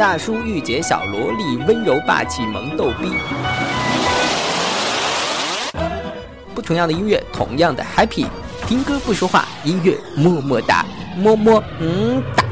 大叔御姐小萝莉，温柔霸气萌逗逼。不同样的音乐，同样的 happy， 听歌不说话，音乐么么哒，么么哒。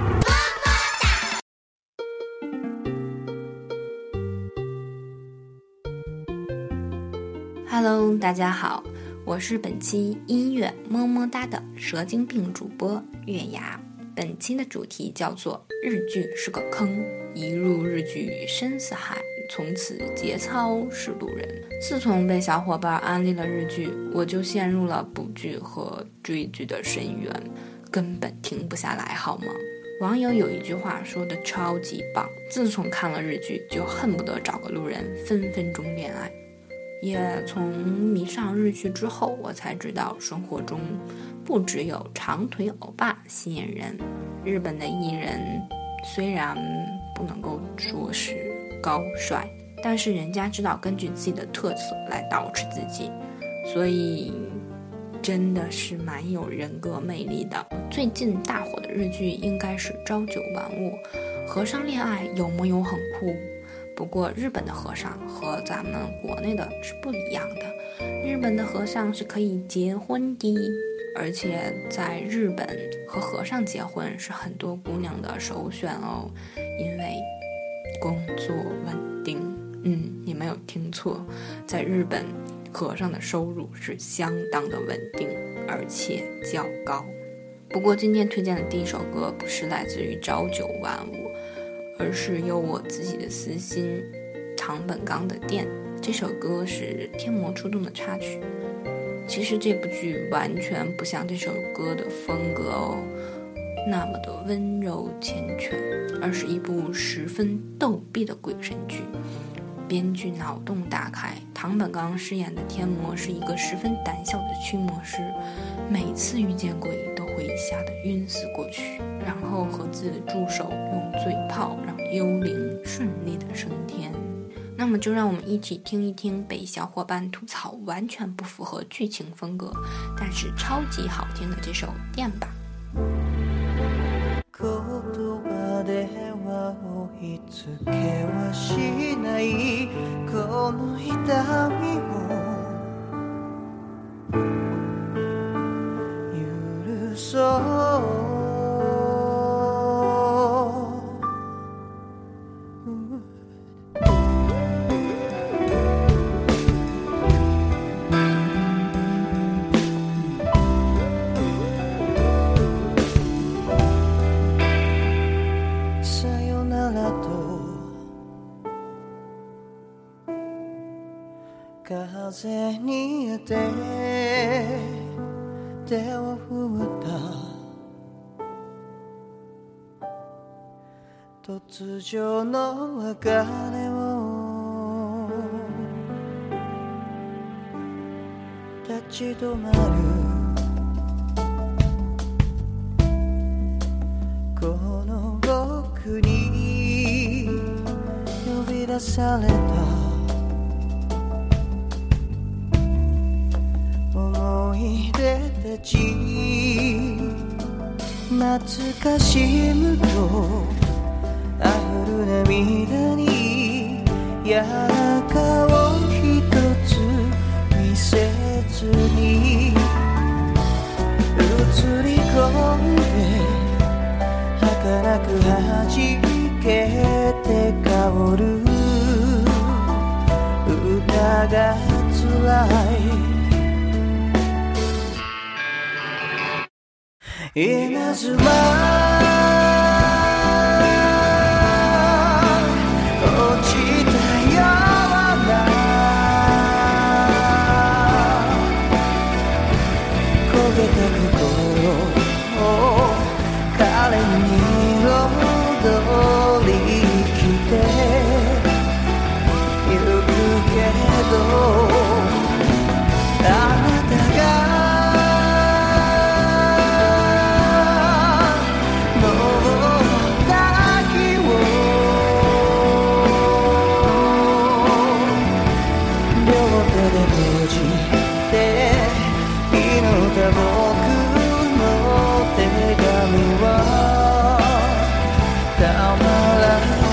Hello， 大家好，我是本期音乐么么哒的蛇精病主播月牙。本期的主题叫做日剧是个坑，一入日剧深似海，从此节操是路人。自从被小伙伴安利了日剧，我就陷入了补剧和追剧的深渊，根本停不下来好吗？网友有一句话说的超级棒，自从看了日剧就恨不得找个路人分分钟恋爱。也从迷上日剧之后，我才知道生活中不只有长腿欧巴吸引人，日本的艺人虽然不能够说是高帅，但是人家知道根据自己的特色来捯饬自己，所以真的是蛮有人格魅力的。最近大火的日剧应该是《朝九晚五》，和尚恋爱有木有很酷？不过日本的和尚和咱们国内的是不一样的，日本的和尚是可以结婚的，而且在日本和和尚结婚是很多姑娘的首选哦，因为工作稳定。你没有听错，在日本和尚的收入是相当的稳定，而且较高。不过今天推荐的第一首歌不是来自于朝九晚五，而是有我自己的私心，堂本刚的店。这首歌是天魔出动的插曲。其实这部剧完全不像这首歌的风格哦，那么的温柔缱绻，而是一部十分逗逼的鬼神剧。编剧脑洞大开，堂本刚饰演的天魔是一个十分胆小的驱魔师，每次遇见鬼都会吓得晕死过去，然后和自己的助手用嘴炮让幽灵顺利的升天。那么就让我们一起听一听被小伙伴吐槽完全不符合剧情风格，但是超级好听的这首《电》吧。 いつけはしないこの痛みを許そう風に当て手を振った突如の別れを立ち止まるこの僕に呼び出された思い出たち懐かしむと溢る涙にやらかを一つ見せずに映り込んで儚く弾けて香る歌が辛い稲妻落ちたような焦げた心を彼に戻り来てゆくけどあなたが僕の手紙はたまらない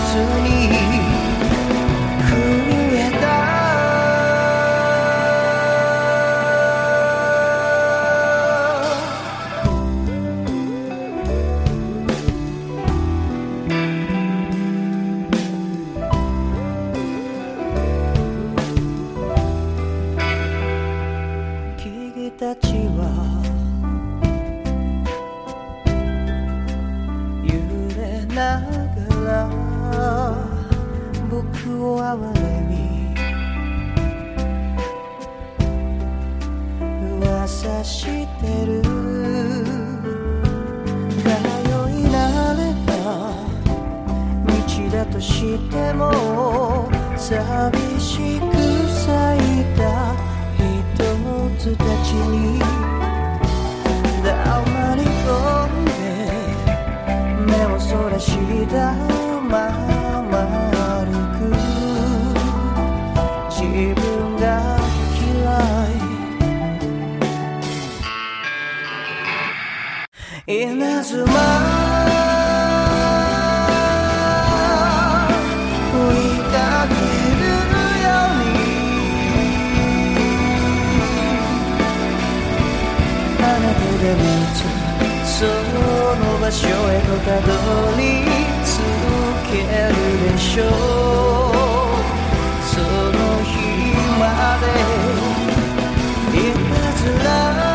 噂してる通い慣れた道だとしても寂しく咲いた一つたちに黙り込んで目をそらしたまま歩く自分が嫌い稲妻追いかけるようにあなたが見つその場所へとたどり着けるでしょうその日までいたずら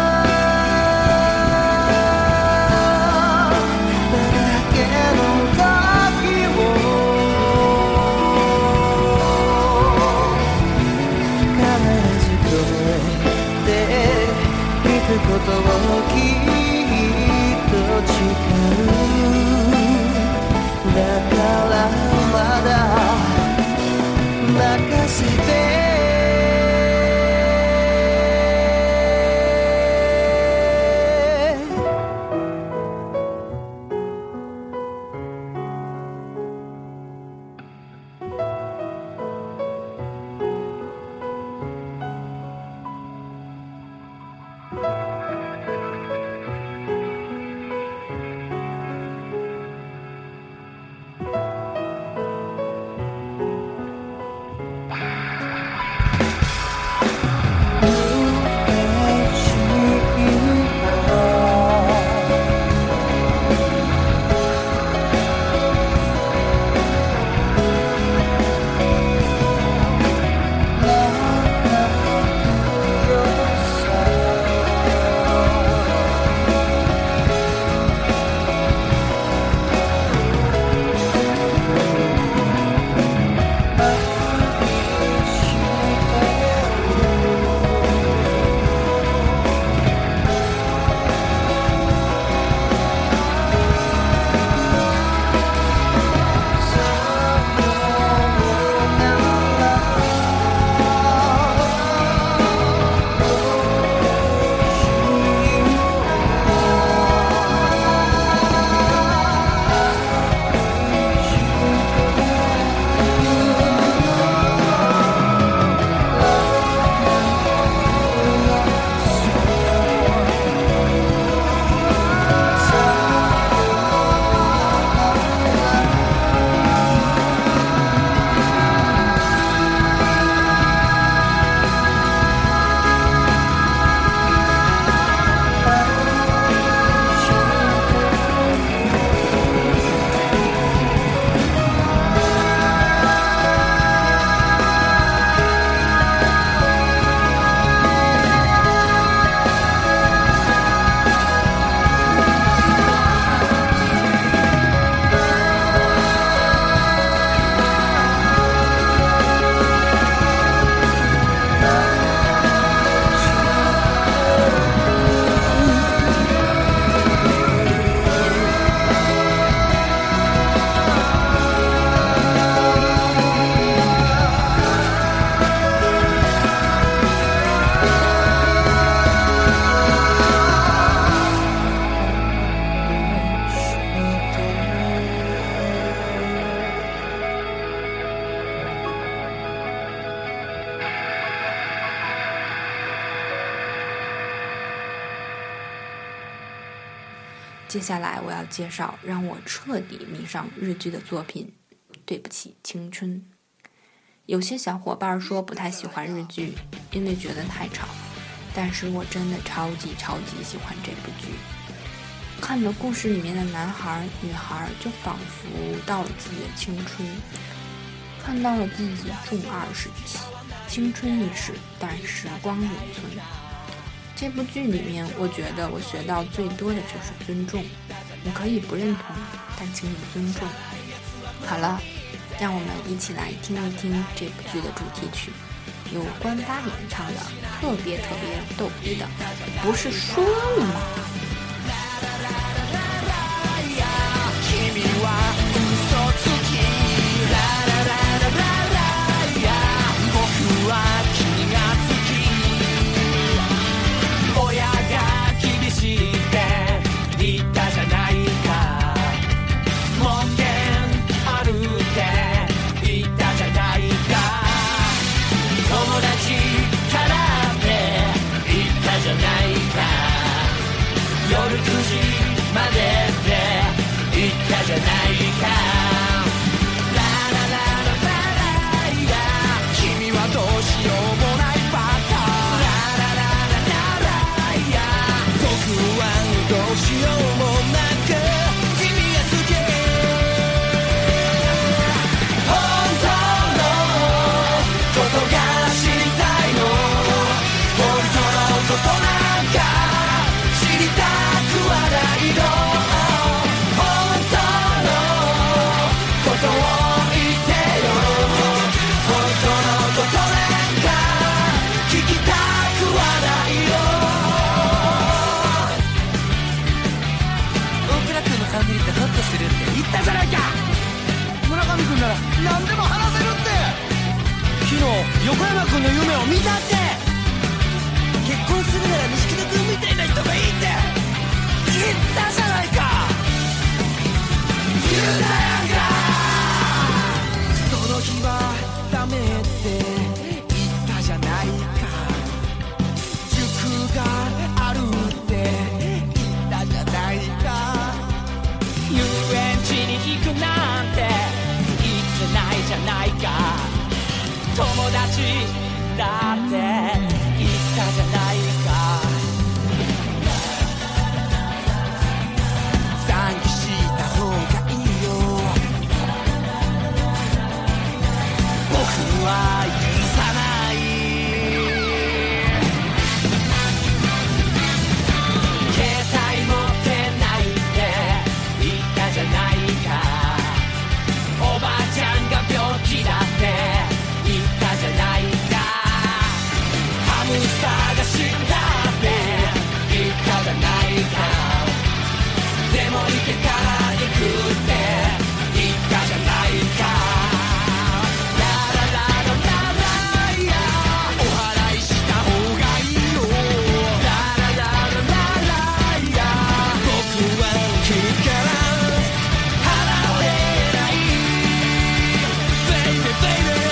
ことをきっと誓うだからまだ泣かせて接下来我要介绍让我彻底迷上日剧的作品《对不起青春》。有些小伙伴说不太喜欢日剧，因为觉得太吵，但是我真的超级喜欢这部剧。看了故事里面的男孩女孩，就仿佛到了自己的青春，看到了自己中二时期，青春易逝，但时光永存。这部剧里面，我觉得我学到最多的就是尊重。你可以不认同，但请你尊重。好了， 让我们一起来听一听这部剧的主题曲，由关八演唱的，特别逗逼的，不是说了吗？ 横山君の夢を見たって結婚するなら錦戸君みたいな人がいいって言ったじゃないか言うなやんかその日はダメって言ったじゃないか塾があるって言ったじゃないか遊園地に行くなんて言ってないじゃないか友達だって言ったじゃないか残機した方がいいよ僕は許さない携帯持ってないって言ったじゃないかおばあちゃんが病気だってハムスターが死んだって言ったじゃないかでも池から行くって言ったじゃないかララララララいやお祓いした方がいいよララララララいや僕は来るから払われない Baby baby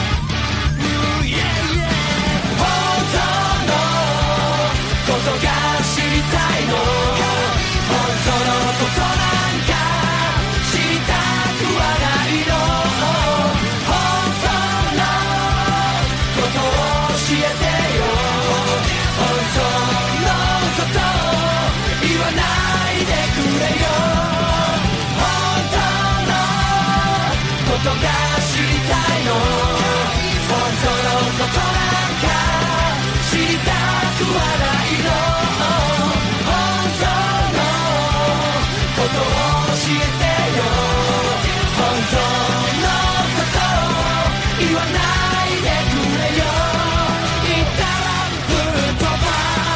ことが知りたいの本当のことなんか知りたくはないの本当のことを教えてよ本当のことを言わないでくれよ本当のことが知りたいの本当のことなんか知りたくはないの本当のことを教えてよ本当のことを言わないでくれよ言ったらぶっ飛ば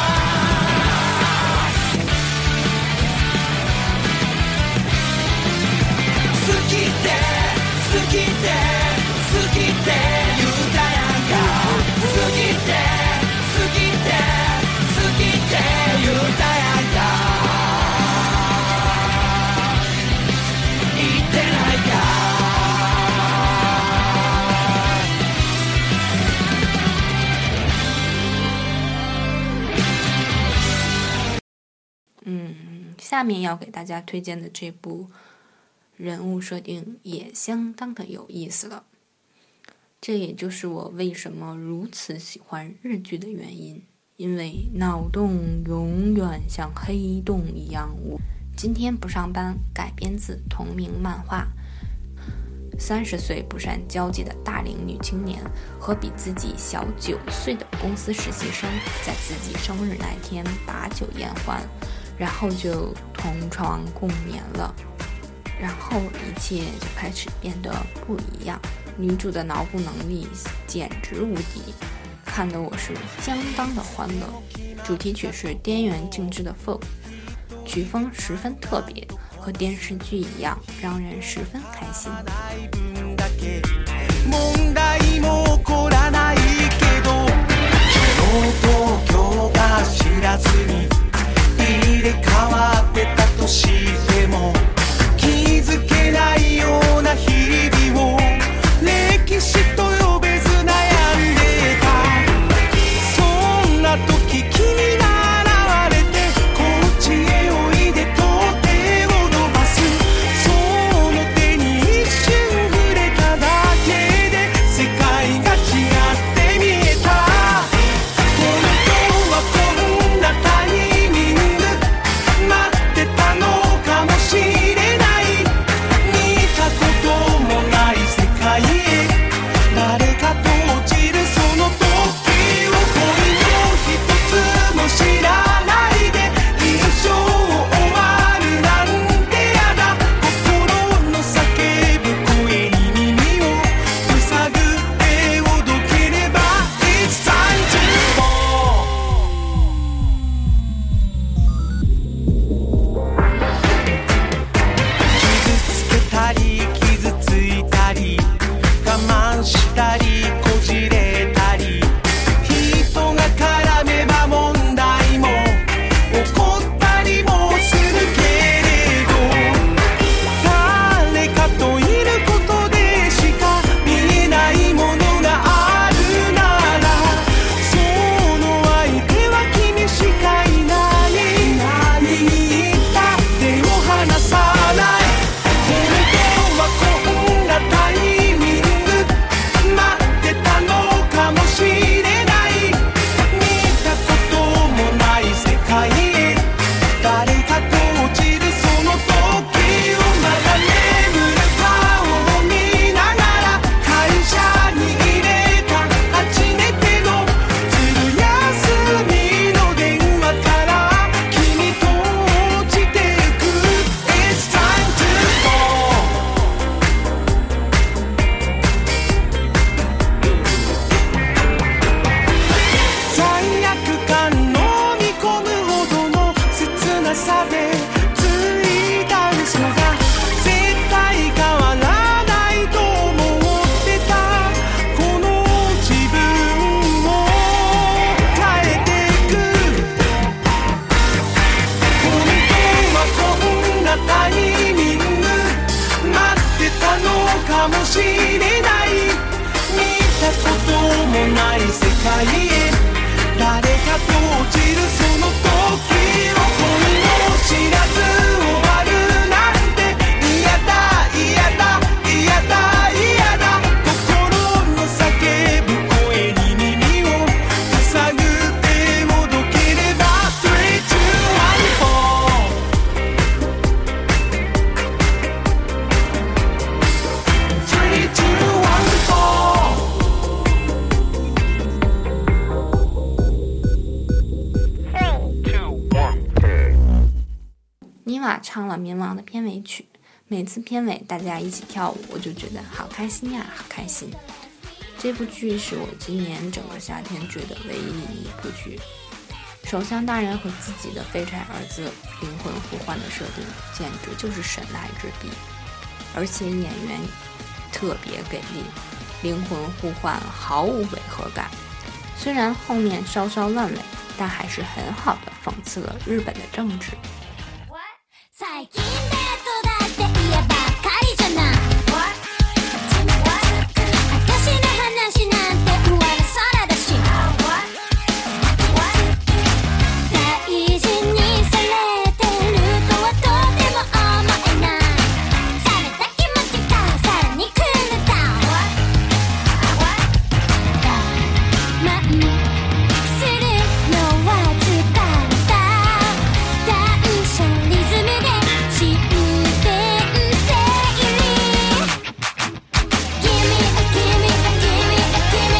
す好きって好きって好きって言うたやんか好きって言うたやんか言ってないか下面要给大家推荐的这部人物设定也相当的有意思了，这也就是我为什么如此喜欢日剧的原因，因为脑洞永远像黑洞一样。今天不上班改编自同名漫画。30岁不善交际的大龄女青年和比自己小9岁的公司实习生，在自己生日那天把酒言欢，然后就同床共眠了。 然后一切就开始变得不一样。女主的脑补能力简直无敌，看得我是相当的欢乐。主题曲是滇源静之的 Folk， 曲风十分特别，和电视剧一样，让人十分开心。妮瓦唱了《冥王》的片尾曲，每次片尾大家一起跳舞，我就觉得好开心呀，好开心。这部剧是我今年整个夏天追的唯一一部剧。首相大人和自己的废柴儿子灵魂互换的设定，简直就是神来之笔，而且演员特别给力，灵魂互换毫无违和感。虽然后面稍稍烂尾，但还是很好的讽刺了日本的政治。最近デートだって言えばかりじゃない私の話なんて上の空だし大事にされてるとはとても思えないされた気持ちがさらに狂った我慢するのは疲れた断捨リズムでGive me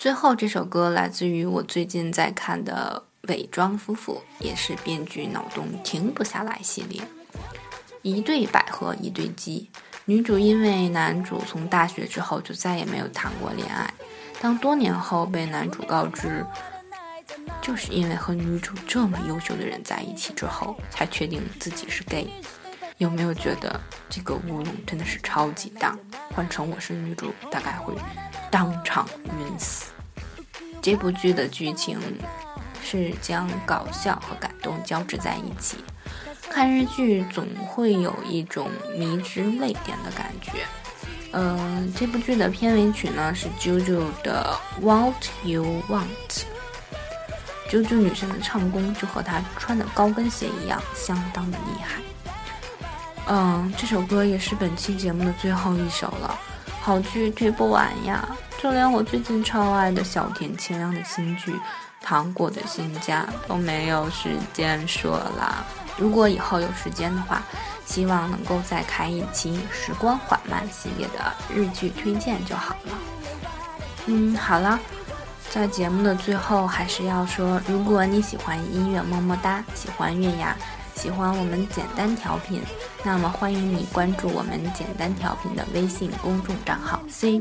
最后这首歌来自于我最近在看的伪装夫妇，也是编剧脑洞停不下来系列。一对百合一对鸡，女主因为男主从大学之后就再也没有谈过恋爱，当多年后被男主告知就是因为和女主这么优秀的人在一起之后才确定自己是 gay。 有没有觉得这个乌龙真的是超级大？换成我是女主大概会当场晕死。这部剧的剧情是将搞笑和感动交织在一起，看日剧总会有一种迷之泪点的感觉。这部剧的片尾曲呢是 JoJo 的 What You Want。 JoJo 女生的唱功就和她穿的高跟鞋一样，相当的厉害。这首歌也是本期节目的最后一首了，好剧推不完呀，就连我最近超爱的小田切让的新剧《糖果的新家》都没有时间说啦。如果以后有时间的话，希望能够再开一期时光缓慢系列的日剧推荐就好了。好了，在节目的最后还是要说，如果你喜欢音乐么么哒，喜欢月牙，喜欢我们简单调频，那么欢迎你关注我们简单调频的微信公众账号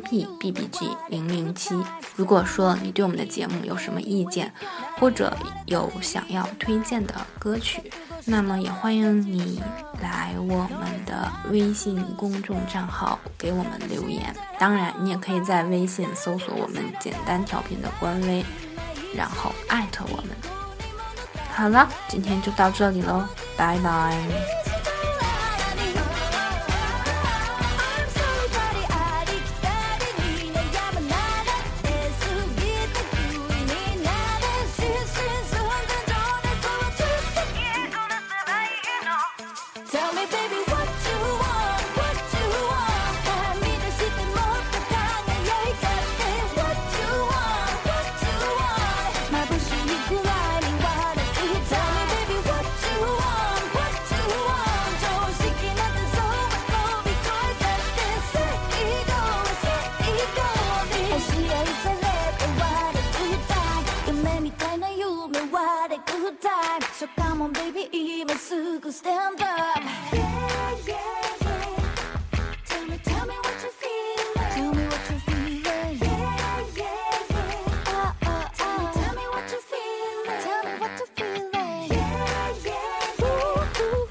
CPBBG007。如果说你对我们的节目有什么意见，或者有想要推荐的歌曲，那么也欢迎你来我们的微信公众账号给我们留言。当然你也可以在微信搜索我们简单调频的官微，然后艾特我们。好了，今天就到这里咯，拜拜。So come on baby, 今すぐ stand up. Yeah, yeah, yeah. Tell me what you feeling. Tell me what you feeling. Yeah, yeah, yeah. Tell me what you feeling. Tell me what you feeling. Yeah, yeah, yeah.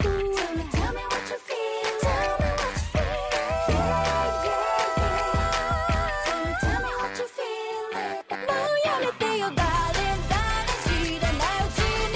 Tell me what you feeling. Tell me what you feeling. Yeah, yeah, yeah. Tell me what you feeling. もうやめてよ誰知らないうちに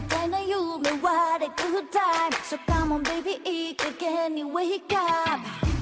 So come on baby, いい加減に wake up.